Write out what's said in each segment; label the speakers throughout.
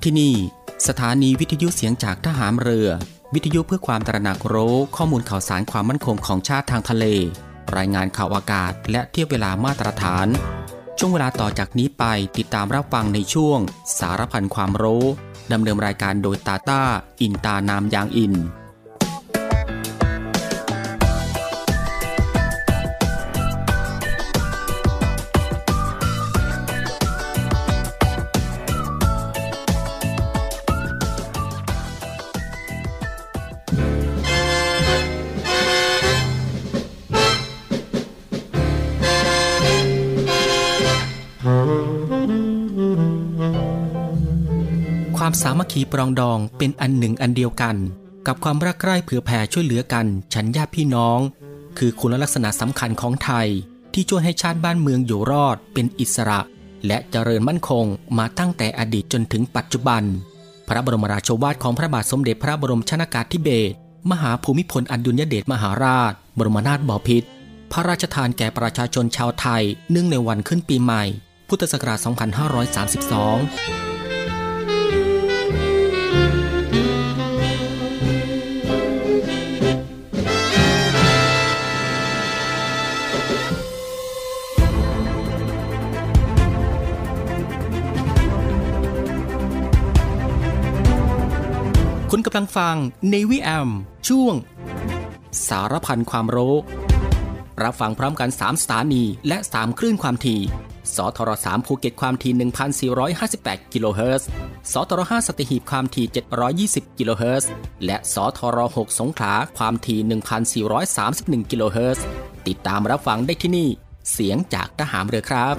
Speaker 1: ที่นี่สถานีวิทยุเสียงจากทหารเรือวิทยุเพื่อความตระหนักรู้ข้อมูลข่าวสารความมั่นคงของชาติทางทะเลรายงานข่าวอากาศและเทียบเวลามาตรฐานช่วงเวลาต่อจากนี้ไปติดตามรับฟังในช่วงสารพันความรู้ดำเนินรายการโดยตาต้าอินตานามยางอินความสามัคคีปรองดองเป็นอันหนึ่งอันเดียวกันกับความรักใคร่เผื่อแผ่ช่วยเหลือกันฉันญาติพี่น้องคือคุณลักษณะสำคัญของไทยที่ช่วยให้ชาติบ้านเมืองอยู่รอดเป็นอิสระและเจริญมั่นคงมาตั้งแต่อดีตจนถึงปัจจุบันพระบรมราโชวาทของพระบาทสมเด็จพระบรมชนกาธิเบศรมหาภูมิพลอดุลยเดชมหาราชบรมนาถบพิตรพระราชทานแก่ประชาชนชาวไทยเนื่องในวันขึ้นปีใหม่พุทธศักราช 2532คุณกำลังฟัง Navy AM ช่วงสารพันความรู้รับฟังพร้อมกัน3สถานีและ3คลื่นความถี่สทร3ภูเก็ตความถี่ 1,458 กิโลเฮิรตซ์สทร5สัตหีบความถี่720กิโลเฮิรตซ์และสทร6สงขลาความถี่ 1,431 กิโลเฮิรตซ์ติดตามรับฟังได้ที่นี่เสียงจากทหารเรือครับ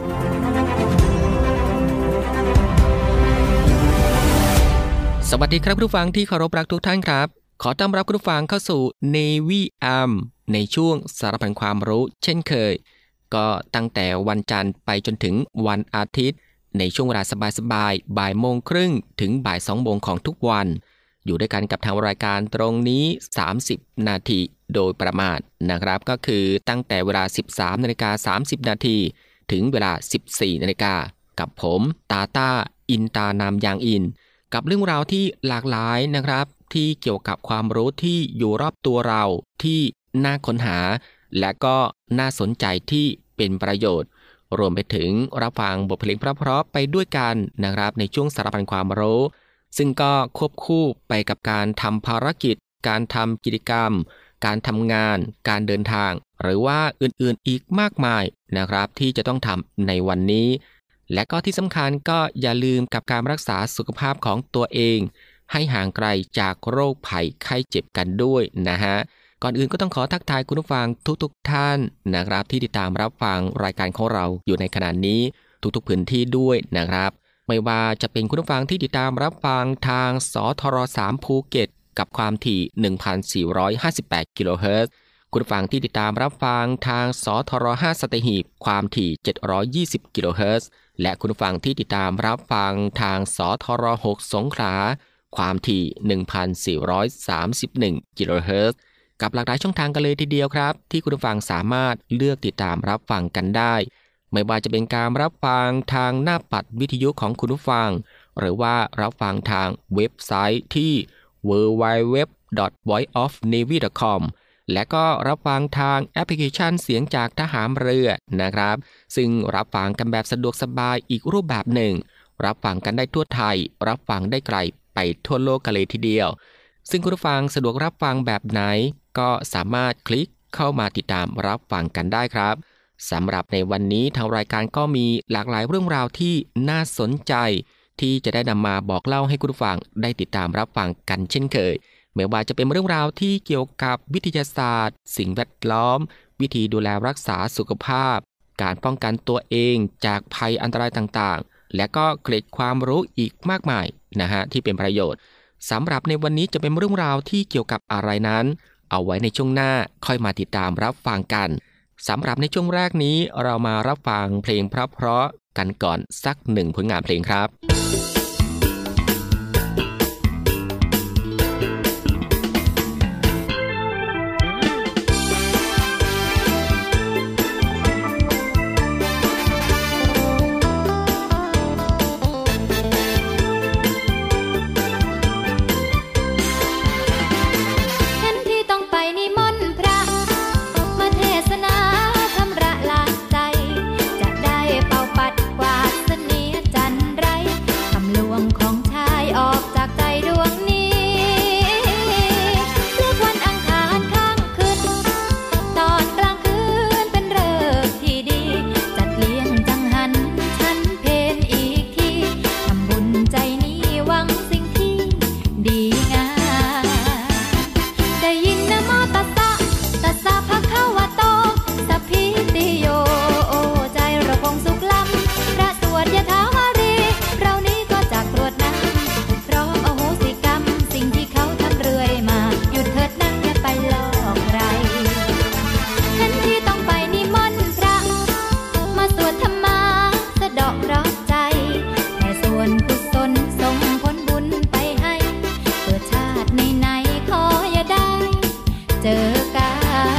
Speaker 1: สวัสดีครับผู้ฟังที่เคารพรักทุกท่านครับขอต้อนรับผู้ฟังเข้าสู่ Navy AM ในช่วงสารพันความรู้เช่นเคยก็ตั้งแต่วันจันทร์ไปจนถึงวันอาทิตย์ในช่วงเวลาสบายๆบ่ายโมงครึ่งถึงบ่าย2โมงของทุกวันอยู่ด้วยกันกับทางรายการตรงนี้30นาทีโดยประมาณนะครับก็คือตั้งแต่เวลา 13:30 นาทีถึงเวลา 14 นาฬิกากับผมตาต้าอินตานามยางอินกับเรื่องราวที่หลากหลายนะครับที่เกี่ยวกับความรู้ที่อยู่รอบตัวเราที่น่าค้นหาและก็น่าสนใจที่เป็นประโยชน์รวมไปถึงรับฟังบทเพลงเพราะๆไปด้วยกันนะครับในช่วงสารพันความรู้ซึ่งก็ควบคู่ไปกับการทำภารกิจการทำกิจกรรมการทำงานการเดินทางหรือว่าอื่นๆอีกมากมายนะครับที่จะต้องทำในวันนี้และก็ที่สำคัญก็อย่าลืมกับการรักษาสุขภาพของตัวเองให้ห่างไกลจากโรคภัยไข้เจ็บกันด้วยนะฮะก่อนอื่นก็ต้องขอทักทายคุณผู้ฟังทุกท่านนะครับที่ติดตามรับฟังรายการของเราอยู่ในขณะนี้ทุกๆพื้นที่ด้วยนะครับไม่ว่าจะเป็นคุณผู้ฟังที่ติดตามรับฟังทางสทร3ภูเก็ตกับความถี่ 1,458 กิโลเฮิรตซ์คุณผู้ฟังที่ติดตามรับฟังทางสทร5สัตหีบความถี่720 กิโลเฮิรตซ์และคุณผู้ฟังที่ติดตามรับฟังทางสทร6สงขลาความถี่ 1,431 กิโลเฮิรตซ์กับหลากหลายช่องทางกันเลยทีเดียวครับที่คุณผู้ฟังสามารถเลือกติดตามรับฟังกันได้ไม่ว่าจะเป็นการรับฟังทางหน้าปัดวิทยุของคุณผู้ฟังหรือว่ารับฟังทางเว็บไซต์ที่ www.voiceofnavy.com และก็รับฟังทางแอปพลิเคชันเสียงจากทหารเรือนะครับซึ่งรับฟังกันแบบสะดวกสบายอีกรูปแบบหนึ่งรับฟังกันได้ทั่วไทยรับฟังได้ไกลไปทั่วโลกกันเลยทีเดียวซึ่งคุณผู้ฟังสะดวกรับฟังแบบไหนก็สามารถคลิกเข้ามาติดตามรับฟังกันได้ครับสำหรับในวันนี้ทางรายการก็มีหลากหลายเรื่องราวที่น่าสนใจที่จะได้นำมาบอกเล่าให้คุณผู้ฟังได้ติดตามรับฟังกันเช่นเคยไม่ว่าจะเป็นเรื่องราวที่เกี่ยวกับวิทยาศาสตร์สิ่งแวดล้อมวิธีดูแลรักษาสุขภาพการป้องกันตัวเองจากภัยอันตรายต่างๆและก็เกร็ดความรู้อีกมากมายนะฮะที่เป็นประโยชน์สำหรับในวันนี้จะเป็นเรื่องราวที่เกี่ยวกับอะไรนั้นเอาไว้ในช่วงหน้าค่อยมาติดตามรับฟังกันสำหรับในช่วงแรกนี้เรามารับฟังเพลงเพราะๆกันก่อนสักหนึ่งผลงานเพลงครับ
Speaker 2: เจอกัน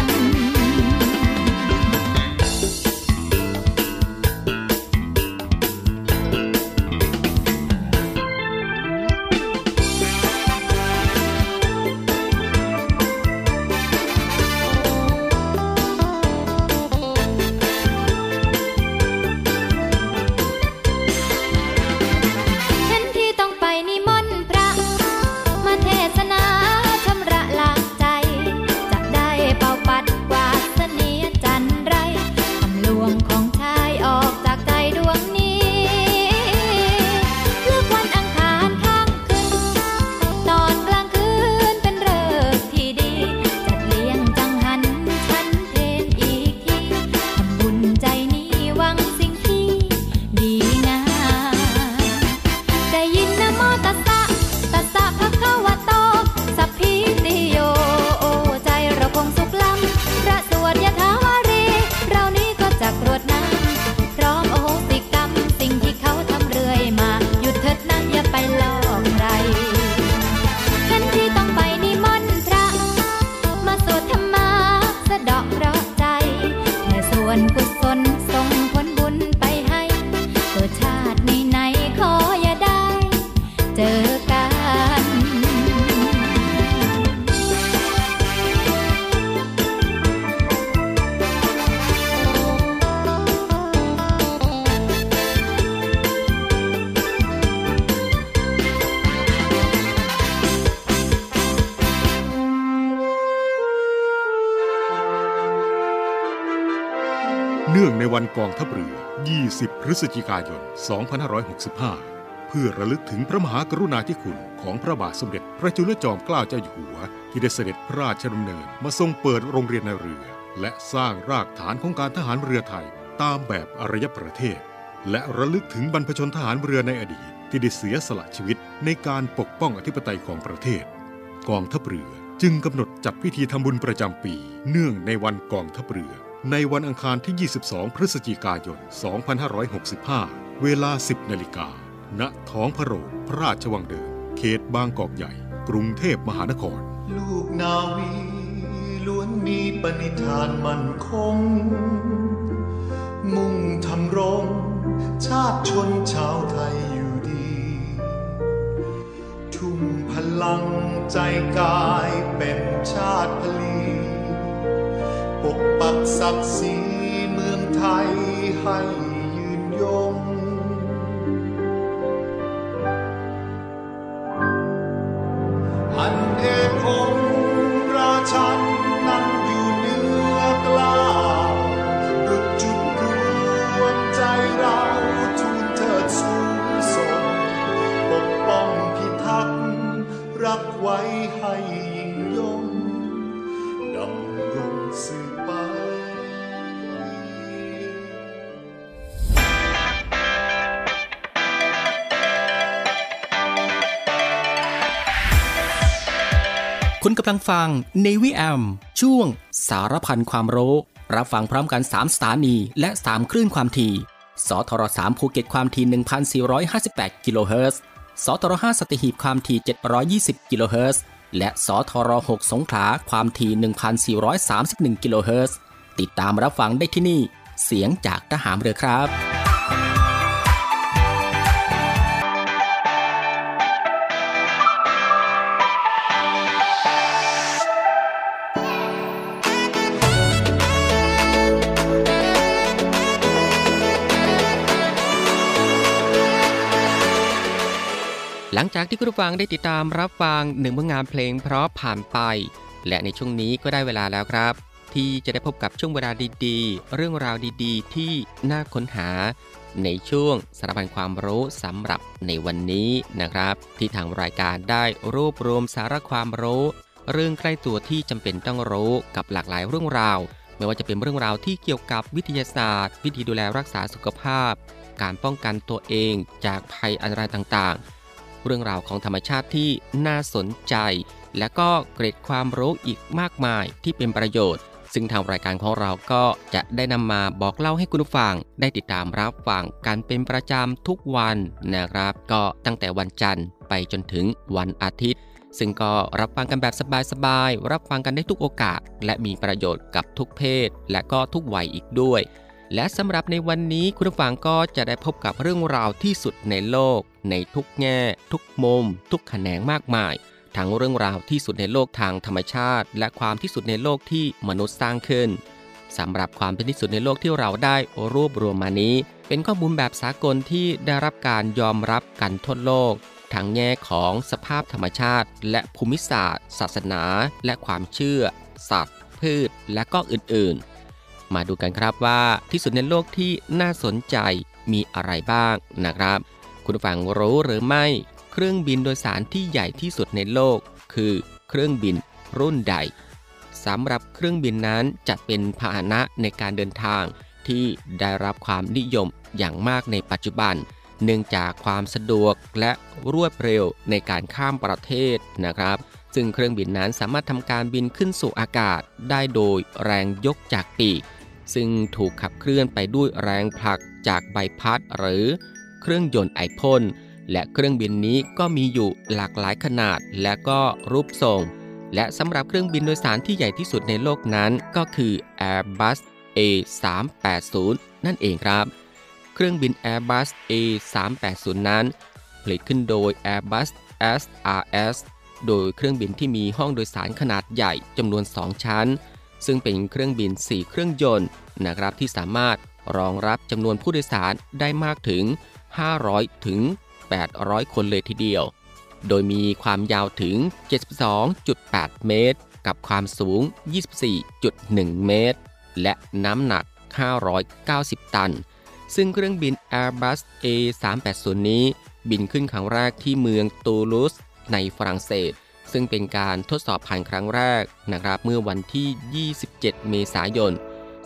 Speaker 3: เนื่องในวันกองทัพเรือ 20 พฤศจิกายน 2565 เพื่อระลึกถึงพระมหากรุณาธิคุณของพระบาทสมเด็จพระจุลจอมเกล้าเจ้าอยู่หัวที่ได้เสด็จพระราชดำเนินมาทรงเปิดโรงเรียนในเรือและสร้างรากฐานของการทหารเรือไทยตามแบบอารยประเทศและระลึกถึงบรรพชนทหารเรือในอดีตที่ได้เสียสละชีวิตในการปกป้องอธิปไตยของประเทศกองทัพเรือจึงกำหนดจัดพิธีทำบุญประจำปีเนื่องในวันกองทัพเรือในวันอังคารที่ 22 พฤศจิกายน 2565 เวลา 10 นาฬิกา ณ ท้องพระโรงพระราชวังเดิม เขตบางกอกใหญ่ กรุงเทพมหานคร
Speaker 4: ลูกนาวีล้วนมีปณิธานมั่นคง มุ่งทำรงชาติชนชาวไทยอยู่ดี ทุ่มพลังใจกายเป็นชาติพลีปกปักศักดิ์ศรีเมืองไทยให้ยืนยงอันเอกองค์ราชันนั้นอยู่เหนือกล้าวดุจจุดรวมใจเราทูลเถิดสูงส่งปกป้องพิทักษ์รักไว้ให้ยิ่งยงดำรงสืบไป
Speaker 1: คุณกำลังฟัง Navy AM ช่วงสารพันความรู้รับฟังพร้อมกัน3สถานีและ3คลื่นความถี่สทร3ภูเก็ตความถี่ 1,458 กิโลเฮิรตซ์สทร5สัตหีบความถี่720 กิโลเฮิรตซ์และสทร6สงขลาความถี่ 1,431 กิโลเฮิรตซ์ติดตามรับฟังได้ที่นี่เสียงจากทหารเรือครับหลังจากที่คุณผู้ฟังได้ติดตามรับฟังหนึ่งผลงานเพลงเพราะผ่านไปและในช่วงนี้ก็ได้เวลาแล้วครับที่จะได้พบกับช่วงเวลาดีๆเรื่องราวดีๆที่น่าค้นหาในช่วงสารพันความรู้สำหรับในวันนี้นะครับที่ทางรายการได้รวบรวมสาระความรู้เรื่องใกล้ตัวที่จำเป็นต้องรู้กับหลากหลายเรื่องราวไม่ว่าจะเป็นเรื่องราวที่เกี่ยวกับวิทยาศาสตร์วิธีดูแลรักษาสุขภาพการป้องกันตัวเองจากภัยอันตรายต่างๆเรื่องราวของธรรมชาติที่น่าสนใจและก็เกร็ดความรู้อีกมากมายที่เป็นประโยชน์ซึ่งทางรายการของเราก็จะได้นำมาบอกเล่าให้คุณผู้ฟังได้ติดตามรับฟังกันเป็นประจำทุกวันนะครับก็ตั้งแต่วันจันทร์ไปจนถึงวันอาทิตย์ซึ่งก็รับฟังกันแบบสบายๆรับฟังกันได้ทุกโอกาสและมีประโยชน์กับทุกเพศและก็ทุกวัยอีกด้วยและสำหรับในวันนี้คุณผู้ฟังก็จะได้พบกับเรื่องราวที่สุดในโลกในทุกแง่ทุกมุมทุกแขนงมากมายทั้งเรื่องราวที่สุดในโลกทางธรรมชาติและความที่สุดในโลกที่มนุษย์สร้างขึ้นสำหรับความเป็นที่สุดในโลกที่เราได้รวบรวมมานี้เป็นข้อมูลแบบสากลที่ได้รับการยอมรับกันทั่วโลกทั้งแง่ของสภาพธรรมชาติและภูมิศาสตร์ศาสนาและความเชื่อสัตว์พืชและก็อื่นๆมาดูกันครับว่าที่สุดในโลกที่น่าสนใจมีอะไรบ้างนะครับคุณผู้ฟังรู้หรือไม่เครื่องบินโดยสารที่ใหญ่ที่สุดในโลกคือเครื่องบินรุ่นใดสำหรับเครื่องบินนั้นจะเป็นพาหนะในการเดินทางที่ได้รับความนิยมอย่างมากในปัจจุบันเนื่องจากความสะดวกและรวดเร็วในการข้ามประเทศนะครับซึ่งเครื่องบินนั้นสามารถทำการบินขึ้นสู่อากาศได้โดยแรงยกจากปีกซึ่งถูกขับเคลื่อนไปด้วยแรงผลักจากใบพัดหรือเครื่องยนต์ไอพ่นและเครื่องบินนี้ก็มีอยู่หลากหลายขนาดและก็รูปทรงและสำหรับเครื่องบินโดยสารที่ใหญ่ที่สุดในโลกนั้นก็คือ Airbus A380 นั่นเองครับเครื่องบิน Airbus A380 นั้นผลิตขึ้นโดย Airbus SRS โดยเครื่องบินที่มีห้องโดยสารขนาดใหญ่จำนวน 2 ชั้นซึ่งเป็นเครื่องบิน 4 เครื่องยนต์นะครับที่สามารถรองรับจำนวนผู้โดยสารได้มากถึง500ถึง800 คนเลยทีเดียวโดยมีความยาวถึง 72.8 เมตรกับความสูง 24.1 เมตรและน้ำหนัก590 ตันซึ่งเครื่องบิน Airbus A380 นี้บินขึ้นครั้งแรกที่เมืองตูลูสในฝรั่งเศสซึ่งเป็นการทดสอบผ่านครั้งแรกนะครับเมื่อวันที่ 27 เมษายน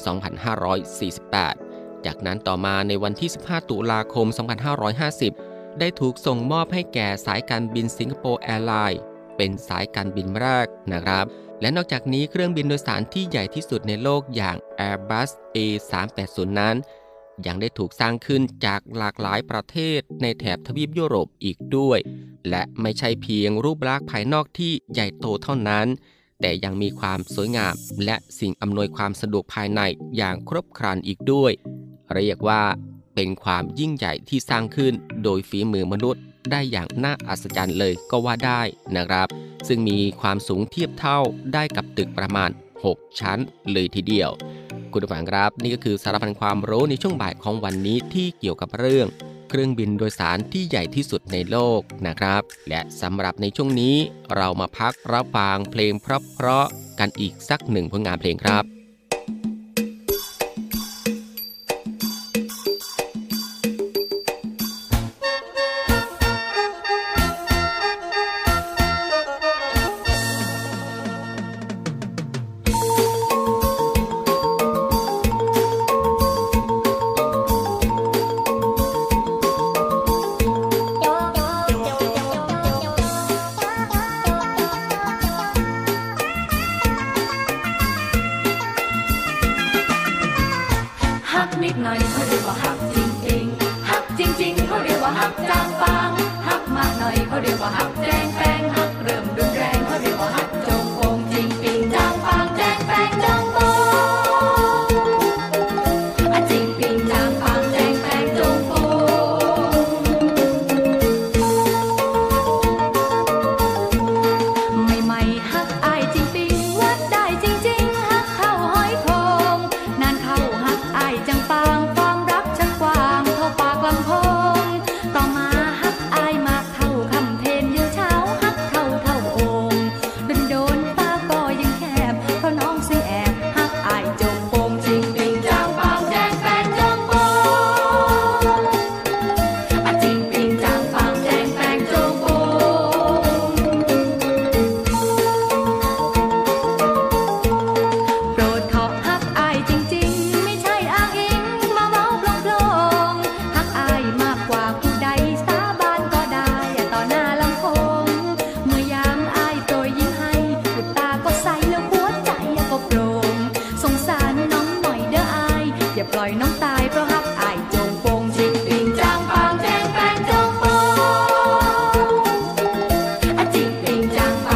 Speaker 1: 2548 จากนั้นต่อมาในวันที่ 15 ตุลาคม 2550 ได้ถูกส่งมอบให้แก่สายการบินสิงคโปร์แอร์ไลน์เป็นสายการบินแรกนะครับและนอกจากนี้เครื่องบินโดยสารที่ใหญ่ที่สุดในโลกอย่าง Airbus A380 นั้นยังได้ถูกสร้างขึ้นจากหลากหลายประเทศในแถบทวีปยุโรปอีกด้วยและไม่ใช่เพียงรูปลักษณ์ภายนอกที่ใหญ่โตเท่านั้นแต่ยังมีความสวยงามและสิ่งอำนวยความสะดวกภายในอย่างครบครันอีกด้วยเรียกว่าเป็นความยิ่งใหญ่ที่สร้างขึ้นโดยฝีมือมนุษย์ได้อย่างน่าอัศจรรย์เลยก็ว่าได้นะครับซึ่งมีความสูงเทียบเท่าได้กับตึกประมาณ6 ชั้นเลยทีเดียวคุณผู้ฟังครับนี่ก็คือสารพันความรู้ในช่วงบ่ายของวันนี้ที่เกี่ยวกับเรื่องเครื่องบินโดยสารที่ใหญ่ที่สุดในโลกนะครับและสำหรับในช่วงนี้เรามาพักรับฟังเพลงเพราะๆกันอีกสักหนึ่งผลงานเพลงครับ
Speaker 2: นิดหน่อยเขาเรียกว่าหักจริงๆหักจริงๆเขาเรียกว่าหักจางปางหักมากหน่อยเขาเรียกว่าหักแจงแปงหักเริ่มรุนแรงเขาเรียกว่าหักจงโปงจริงปิงจางปางแจงแปงจงโปงจริงปิงจางปางแจงแปงจงโปงใหม่ๆหักอายจริงปิงวัดได้จริงๆหักเท่าหอยโขงนานเข้าหักอายจังปางความรักช่างกว้างเท่าปากลำโพงต่อมาหักอายมากเท่าคำเพลเยือเช้าหักเท่าโอ่งโดนป้าก็ยังแคบเพราะน้องซื้อแอบหักอายจงโปงจริงปิงจางปางแจงแปงจงโปงจริงปิงจางปางแจงแปงจงโปงโปรดเถาะหักอายจริงๆไม่ใช่อ้างอิงมาเว้าโปร่งๆหักอายมากกว่าผู้ใดสาบานก็ได้ต่อหน้าลำโพงเมื่อยามอายโปรยยิ้มให้บุตรตาก็ใสแล้วหัวใจก็โปร่งสงสารน้องหน่อยเด้ออายอย่าปล่อยน้องตายเพราะหักอายจงโปงจริงปิงจางปางแจงแปงจงโปงจริงปิงจางป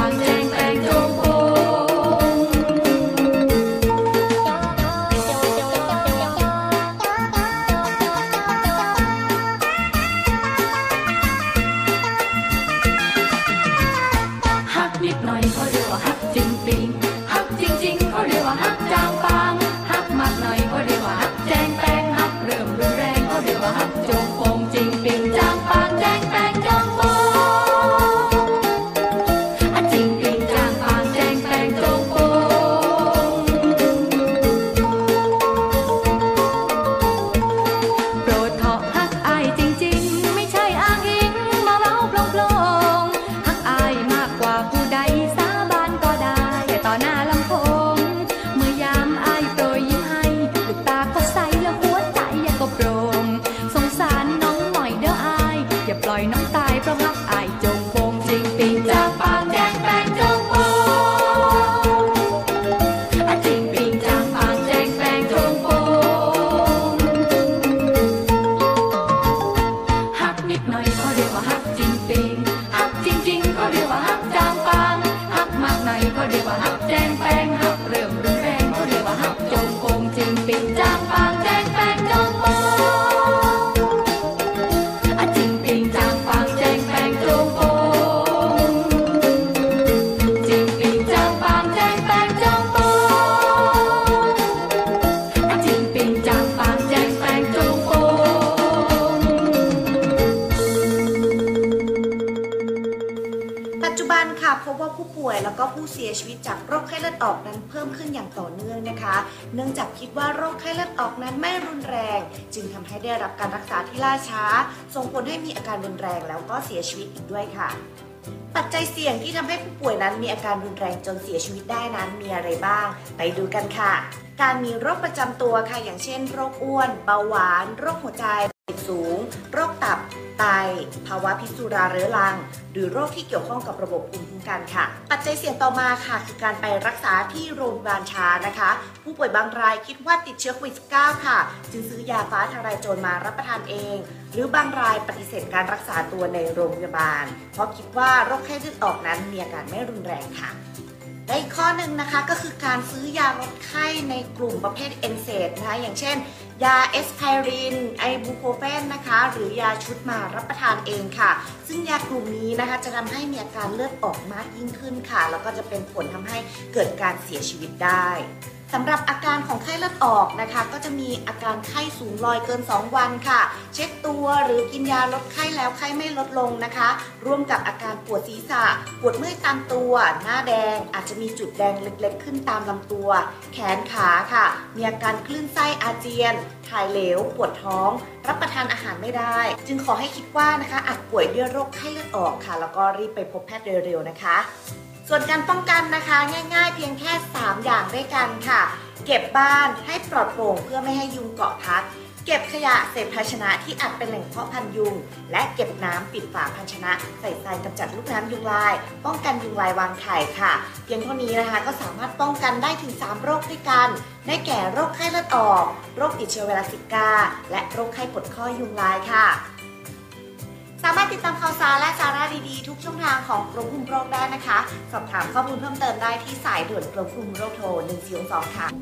Speaker 5: ผู้เสียชีวิตจากโรคไข้เลือดออกนั้นเพิ่มขึ้นอย่างต่อเนื่องนะคะเนื่องจากคิดว่าโรคไข้เลือดออกนั้นไม่รุนแรงจึงทำให้ได้รับการรักษาที่ล่าช้าส่งผลให้มีอาการรุนแรงแล้วก็เสียชีวิตอีกด้วยค่ะปัจจัยเสี่ยงที่ทำให้ผู้ป่วยนั้นมีอาการรุนแรงจนเสียชีวิตได้นั้นมีอะไรบ้างไปดูกันค่ะการมีโรคประจำตัวค่ะอย่างเช่นโรคอ้วนเบาหวานโรคหัวใจสูงโรคตับไตภาวะพิษสุราเรื้อรังหรือโรคที่เกี่ยวข้องกับระบบภูมิคุ้มกันค่ะปัจจัยเสี่ยงต่อมาค่ะคือการไปรักษาที่โรงพยาบาลช้านะคะผู้ป่วยบางรายคิดว่าติดเชื้อโควิด -19 ค่ะจึงซื้อยาฟ้าทลายโจรมารับประทานเองหรือบางรายปฏิเสธการรักษาตัวในโรงพยาบาลเพราะคิดว่าโรคไข้เลือดออกนั้นมีอาการไม่รุนแรงค่ะและอีกข้อหนึ่งนะคะก็คือการซื้อยาลดไข้ในกลุ่มประเภทเอนเซดนะคะอย่างเช่นยาเอสไพรินไอบูโคเฟนนะคะหรือยาชุดมารับประทานเองค่ะซึ่งยากลุ่มนี้นะคะจะทำให้มีอาการเลือดออกมากยิ่งขึ้นค่ะแล้วก็จะเป็นผลทำให้เกิดการเสียชีวิตได้สำหรับอาการของไข้เลือดออกนะคะก็จะมีอาการไข้สูงลอยเกิน2วันค่ะเช็ดตัวหรือกินยาลดไข้แล้วไข้ไม่ลดลงนะคะร่วมกับอาการปวดศีรษะปวดเมื่อยตามตัวหน้าแดงอาจจะมีจุดแดงเล็กๆขึ้นตามลำตัวแขนขาค่ะมีอาการคลื่นไส้อาเจียนถ่ายเหลวปวดท้องรับประทานอาหารไม่ได้จึงขอให้คิดว่านะคะอาจป่วยด้วยโรคไข้เลือดออกค่ะแล้วก็รีบไปพบแพทย์เร็วๆนะคะส่วนการป้องกันนะคะง่ายๆเพียงแค่3อย่างด้วยกันค่ะเก็บบ้านให้ปลอดโปร่งเพื่อไม่ให้ยุงเกาะทับเก็บขยะเศษภาชนะที่อาจเป็นแหล่งเพาะพันธุ์ยุงและเก็บน้ำปิดฝาภาชนะใส่ทรายกำจัดลูกน้ำยุงลายป้องกันยุงลายวางไข่ค่ะเพียงเท่านี้นะคะก็สามารถป้องกันได้ถึง3โรคด้วยกันได้แก่โรคไข้เลือดออกโรคติดเชื้อไวรัสซิก้าและโรคไข้ปวดข้อยุงลายค่ะสามารถติดตามข่าวสารและสาระดีๆทุกช่องทางของกรมควบคุมโรคได้นะคะสอบถามข้อมูลเพิ่มเติมได้ที่สายด่วนกรมควบคุมโรคโทร1422ค่ะ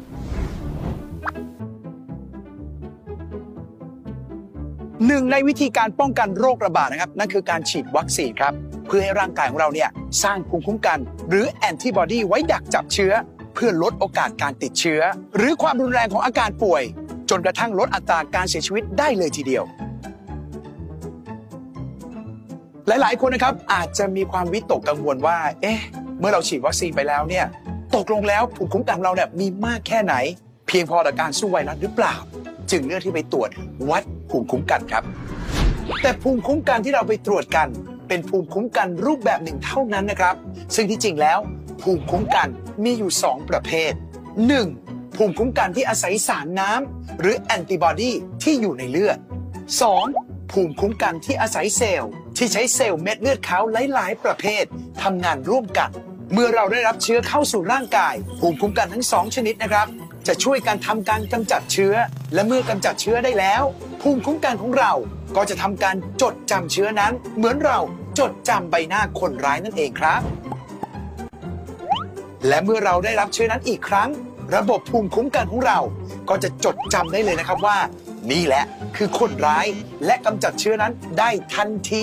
Speaker 6: หนึ่งในวิธีการป้องกันโรคระบาดนะครับนั่นคือการฉีดวัคซีนครับเพื่อให้ร่างกายของเราเนี่ยสร้างภูมิคุ้มกันหรือแอนติบอดีไว้ดักจับเชื้อเพื่อลดโอกาสการติดเชื้อหรือความรุนแรงของอาการป่วยจนกระทั่งลดอัตราการเสียชีวิตได้เลยทีเดียวหลายๆคนนะครับอาจจะมีความวิตกกังวลว่าเมื่อเราฉีดวัคซีนไปแล้วเนี่ยตกลงแล้วภูมิคุ้มกันของเราเนี่ยมีมากแค่ไหนเพียงพอต่อการสู้ไวรัสหรือเปล่าจึงเลือกที่ไปตรวจวัดภูมิคุ้มกันครับแต่ภูมิคุ้มกันที่เราไปตรวจกันเป็นภูมิคุ้มกันรูปแบบหนึ่งเท่านั้นนะครับซึ่งที่จริงแล้วภูมิคุ้มกันมีอยู่2ประเภท 1. ภูมิคุ้มกันที่อาศัยสารน้ำหรือแอนติบอดีที่อยู่ในเลือด 2. ภูมิคุ้มกันที่อาศัยเซลล์ที่ใช้เซลล์เม็ดเลือดขาวหลายๆประเภททำงานร่วมกันเมื่อเราได้รับเชื้อเข้าสู่ร่างกายภูมิคุ้มกันทั้ง2ชนิดนะครับจะช่วยกันทำการกำจัดเชื้อและเมื่อกำจัดเชื้อได้แล้วภูมิคุ้มกันของเราก็จะทำการจดจำเชื้อนั้นเหมือนเราจดจำใบหน้าคนร้ายนั่นเองครับและเมื่อเราได้รับเชื้อนั้นอีกครั้งระบบภูมิคุ้มกันของเราก็จะจดจำได้เลยนะครับว่านี่แหละคือคนร้ายและกำจัดเชื้อนั้นได้ทันที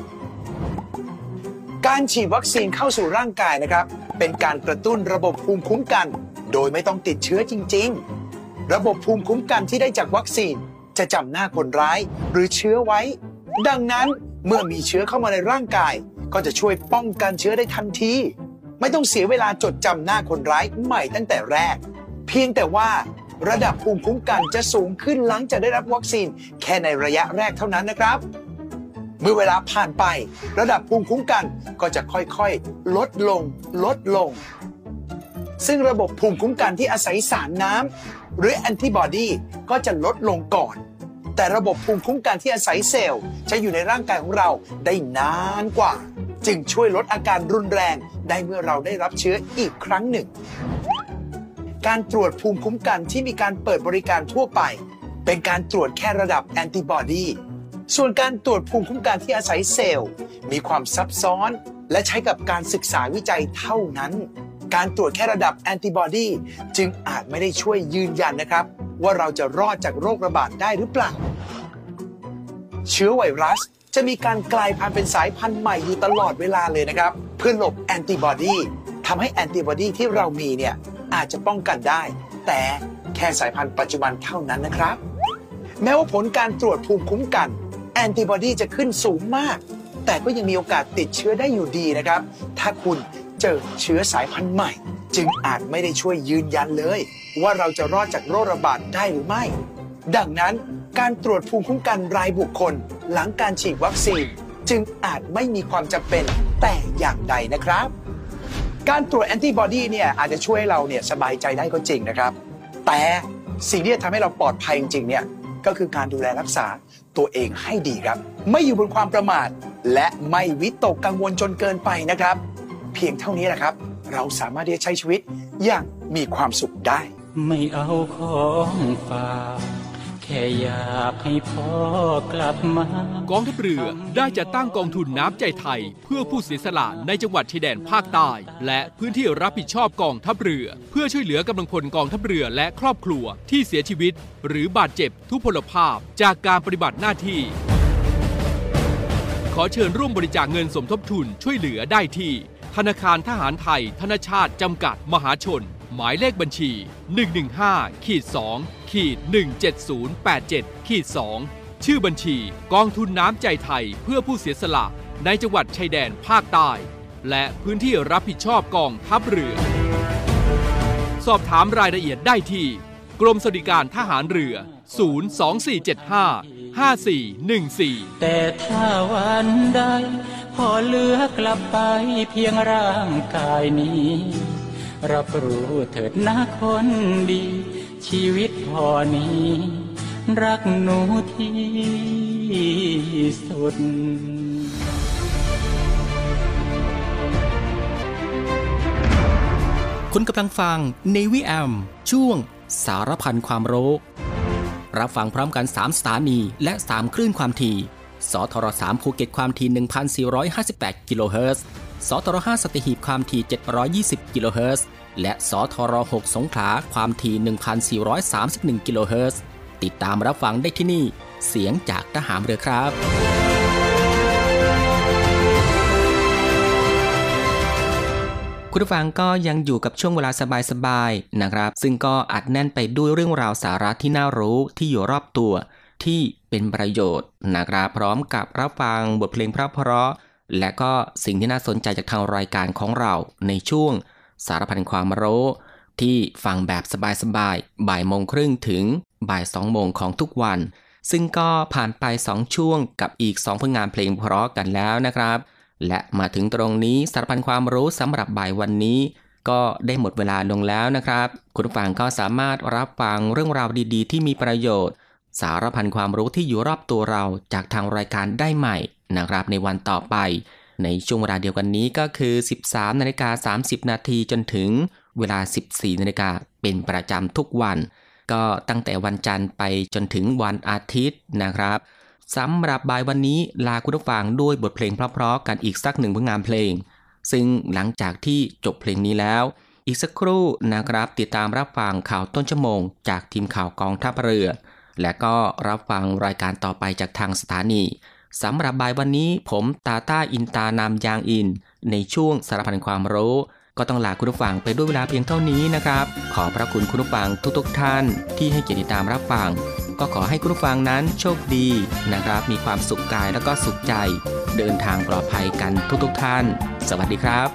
Speaker 6: การฉีดวัคซีนเข้าสู่ร่างกายนะครับเป็นการกระตุ้นระบบภูมิคุ้มกันโดยไม่ต้องติดเชื้อจริงๆระบบภูมิคุ้มกันที่ได้จากวัคซีนจะจำหน้าคนร้ายหรือเชื้อไว้ดังนั้นเมื่อมีเชื้อเข้ามาในร่างกายก็จะช่วยป้องกันเชื้อได้ทันทีไม่ต้องเสียเวลาจดจำหน้าคนร้ายใหม่ตั้งแต่แรกเพียงแต่ว่าระดับภูมิคุ้มกันจะสูงขึ้นหลังจากได้รับวัคซีนแค่ในระยะแรกเท่านั้นนะครับเมื่อเวลาผ่านไประดับภูมิคุ้มกันก็จะค่อยๆลดลงซึ่งระบบภูมิคุ้มกันที่อาศัยสารน้ำหรือแอนติบอดีก็จะลดลงก่อนแต่ระบบภูมิคุ้มกันที่อาศัยเซลล์จะอยู่ในร่างกายของเราได้นานกว่าจึงช่วยลดอาการรุนแรงได้เมื่อเราได้รับเชื้ออีกครั้งหนึ่งการตรวจภูมิคุ้มกันที่มีการเปิดบริการทั่วไปเป็นการตรวจแค่ระดับแอนติบอดีส่วนการตรวจภูมิคุ้มกันที่อาศัยเซลล์มีความซับซ้อนและใช้กับการศึกษาวิจัยเท่านั้นการตรวจแค่ระดับแอนติบอดีจึงอาจไม่ได้ช่วยยืนยันนะครับว่าเราจะรอดจากโรคระบาดได้หรือเปล่าเชื้อไวรัสจะมีการกลายพันธุ์เป็นสายพันธุ์ใหม่อยู่ตลอดเวลาเลยนะครับเพื่อหลบแอนติบอดีทำให้แอนติบอดีที่เรามีเนี่ยอาจจะป้องกันได้แต่แค่สายพันธุ์ปัจจุบันเท่านั้นนะครับแม้ว่าผลการตรวจภูมิคุ้มกันแอนติบอดีจะขึ้นสูงมากแต่ก็ยังมีโอกาสติดเชื้อได้อยู่ดีนะครับถ้าคุณเจอเชื้อสายพันธุ์ใหม่จึงอาจไม่ได้ช่วยยืนยันเลยว่าเราจะรอดจากโรคระบาดได้หรือไม่ดังนั้นการตรวจภูมิคุ้มกันรายบุคคลหลังการฉีดวัคซีนจึงอาจไม่มีความจำเป็นแต่อย่างใดนะครับการตรวจแอนติบอดีเนี่ยอาจจะช่วยให้เราเนี่ยสบายใจได้ก็จริงนะครับแต่สิ่งที่จะทำให้เราปลอดภัยจริงๆเนี่ยก็คือการดูแลรักษาตัวเองให้ดีครับไม่อยู่บนความประมาทและไม่วิตกกังวลจนเกินไปนะครับเพียงเท่านี้แหละครับเราสามารถที่จะใช้ชีวิตอย่างมีความสุขได้
Speaker 7: ไม่เอาของฝากแค่อยากให้พ่อกลับมาก
Speaker 8: องทัพเรือได้จัดตั้งกองทุนน้ำใจไทยเพื่อผู้เสียสละในจังหวัดชายแดนภาคใต้และพื้นที่รับผิดชอบกองทัพเรือเพื่อช่วยเหลือกำลังพลกองทัพเรือและครอบครัวที่เสียชีวิตหรือบาดเจ็บทุพพลภาพจากการปฏิบัติหน้าที่ขอเชิญร่วมบริจาคเงินสมทบทุนช่วยเหลือได้ที่ธนาคารทหารไทยธนชาติจำกัดมหาชนหมายเลขบัญชี 115-2-17087-2 ชื่อบัญชีกองทุนน้ำใจไทยเพื่อผู้เสียสละในจังหวัดชายแดนภาคใต้และพื้นที่รับผิดชอบกองทัพเรือสอบถามรายละเอียดได้ที่กรมสวัสดิการทหารเรือ024755414
Speaker 7: แต่ถ้าวันใดพอเหลือกลับไปเพียงร่างกายนี้รับรู้เถิดนะคนดีชีวิตพอนี้รักหนูที่สุด
Speaker 1: คุณกำลังฟัง Navy AM ช่วงสารพันความรู้รับฟังพร้อมกัน3สถานีและ3คลื่นความถี่สทร3ภูเก็ตความถี่ 1,458 กิโลเฮิรตซ์สทร5สัตหีบความถี่720 กิโลเฮิรตซ์และสทร6สงขลาความถี่ 1,431 กิโลเฮิรตซ์ติดตามรับฟังได้ที่นี่เสียงจากทหารเรือครับคุณผู้ฟังก็ยังอยู่กับช่วงเวลาสบายๆนะครับซึ่งก็อัดแน่นไปด้วยเรื่องราวสาระที่น่ารู้ที่อยู่รอบตัวที่เป็นประโยชน์นะครับพร้อมกับรับฟังบทเพลงเพราะๆและก็สิ่งที่น่าสนใจจากทางรายการของเราในช่วงสารพันความรู้ที่ฟังแบบสบายๆบ่ายโมงครึ่งถึงบ่าย2โมงของทุกวันซึ่งก็ผ่านไป2ช่วงกับอีก2ผลงานเพลงเพราะกันแล้วนะครับและมาถึงตรงนี้สารพันความรู้สำหรับบ่ายวันนี้ก็ได้หมดเวลาลงแล้วนะครับคุณผู้ฟังก็สามารถรับฟังเรื่องราวดีๆที่มีประโยชน์สารพันความรู้ที่อยู่รอบตัวเราจากทางรายการได้ใหม่นะครับในวันต่อไปในช่วงเวลาเดียวกันนี้ก็คือ 13:30 นาทีจนถึงเวลา 14 นาฬิกาเป็นประจำทุกวันก็ตั้งแต่วันจันทร์ไปจนถึงวันอาทิตย์นะครับสำหรับบ่ายวันนี้ลาคุณผู้ฟังด้วยบทเพลงเพราะๆกันอีกสักหนึ่งผลงานเพลงซึ่งหลังจากที่จบเพลงนี้แล้วอีกสักครู่นะครับติดตามรับฟังข่าวต้นชั่วโมงจากทีมข่าวกองทัพเรือและก็รับฟังรายการต่อไปจากทางสถานีสำหรับบ่ายวันนี้ผมตาต้าอินตานามยางอินในช่วงสารพันความรู้ก็ต้องลาคุณผู้ฟังไปด้วยเวลาเพียงเท่านี้นะครับขอพระคุณคุณผู้ฟังทุกท่านที่ให้เกียรติติดตามรับฟังก็ขอให้คุณผู้ฟังนั้นโชคดีนะครับมีความสุขกายแล้วก็สุขใจเดินทางปลอดภัยกันทุกท่านสวัสดีครับ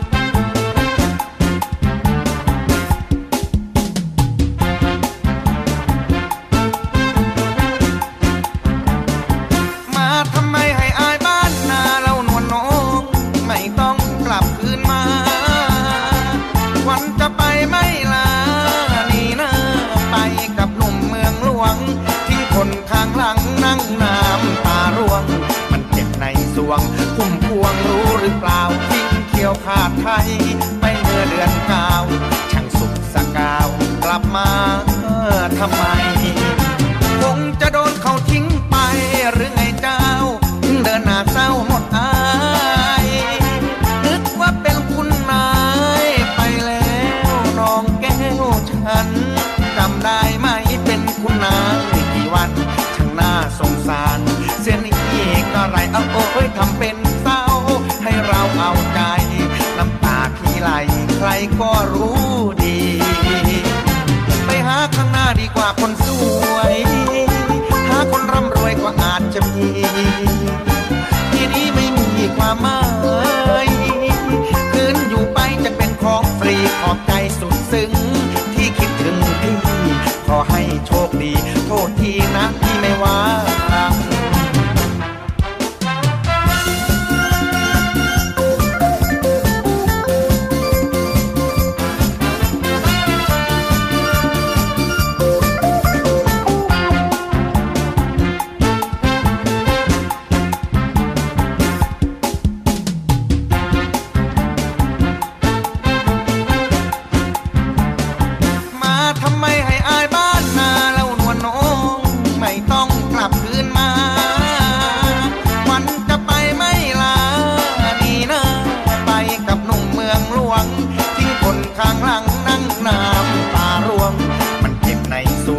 Speaker 9: พุ่มพวงรู้หรือเปล่าทิ้งเขียวขาดไทยไปเมื่อเดือนเก้าช่างสุขสกาวกลับมาทำไมคงจะโดนเขาทิ้งไปหรือไงเจ้าถึงเดินหน้าเศร้าหมดอายนึกว่าเป็นคุณนายไปแล้วน้องแก้วฉันจำได้ไหมเป็นคุณนายกี่วันช่างน่าสงสารเสียนี่ก็ไรเอาโอ้ยทำเป็นเศร้าให้เราเอาใจน้ำตาพี่ไหลใครก็รู้ดีไปหาข้างหน้าดีกว่าคนสวยหาคนร่ำรวยก็อาจจะมีที่นี้ไม่มีความหมายคืนอยู่ไป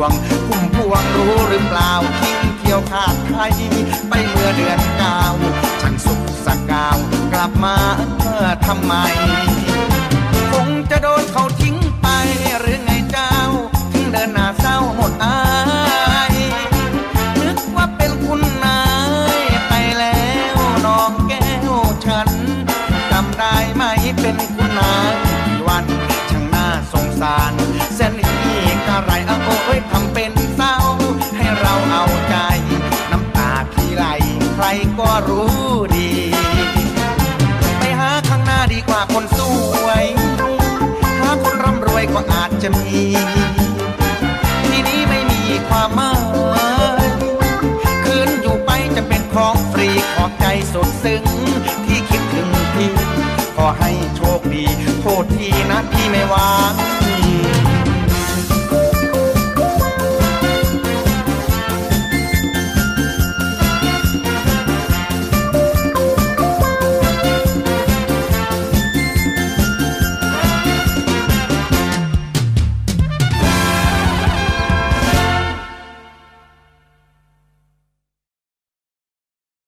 Speaker 9: วงพุ่มพวงรู้หรือเปล่าทิ้งเที่ยวขาดไทยไปเมื่อเดือนเก้าช่างสุขสกาวกลับมาทำไมคงจะโดนเขาทิ้งไปหรือไงเจ้าถึงเดินหน้าเศร้าหมดอายนึกว่าเป็นคุณนายไปแล้วน้องแก้วฉันจำได้ไหมเป็นคุณนายกี่วันช่างน่าสงสารเส้นอีกอะไรโอ้ยทำเป็นเศร้าให้เราเอาใจน้ำตาพี่ไหลใครก็รู้ดีไปหาข้างหน้าดีกว่าคนสวยหาคนร่ำรวยก็อาจจะมีที่นี้ไม่มีความหมายคืนอยู่ไปจะเป็นของฟรีขอบใจสุดซึ้งที่คิดถึงพี่ขอให้โชคดีโทษทีนะพี่ไม่หวัง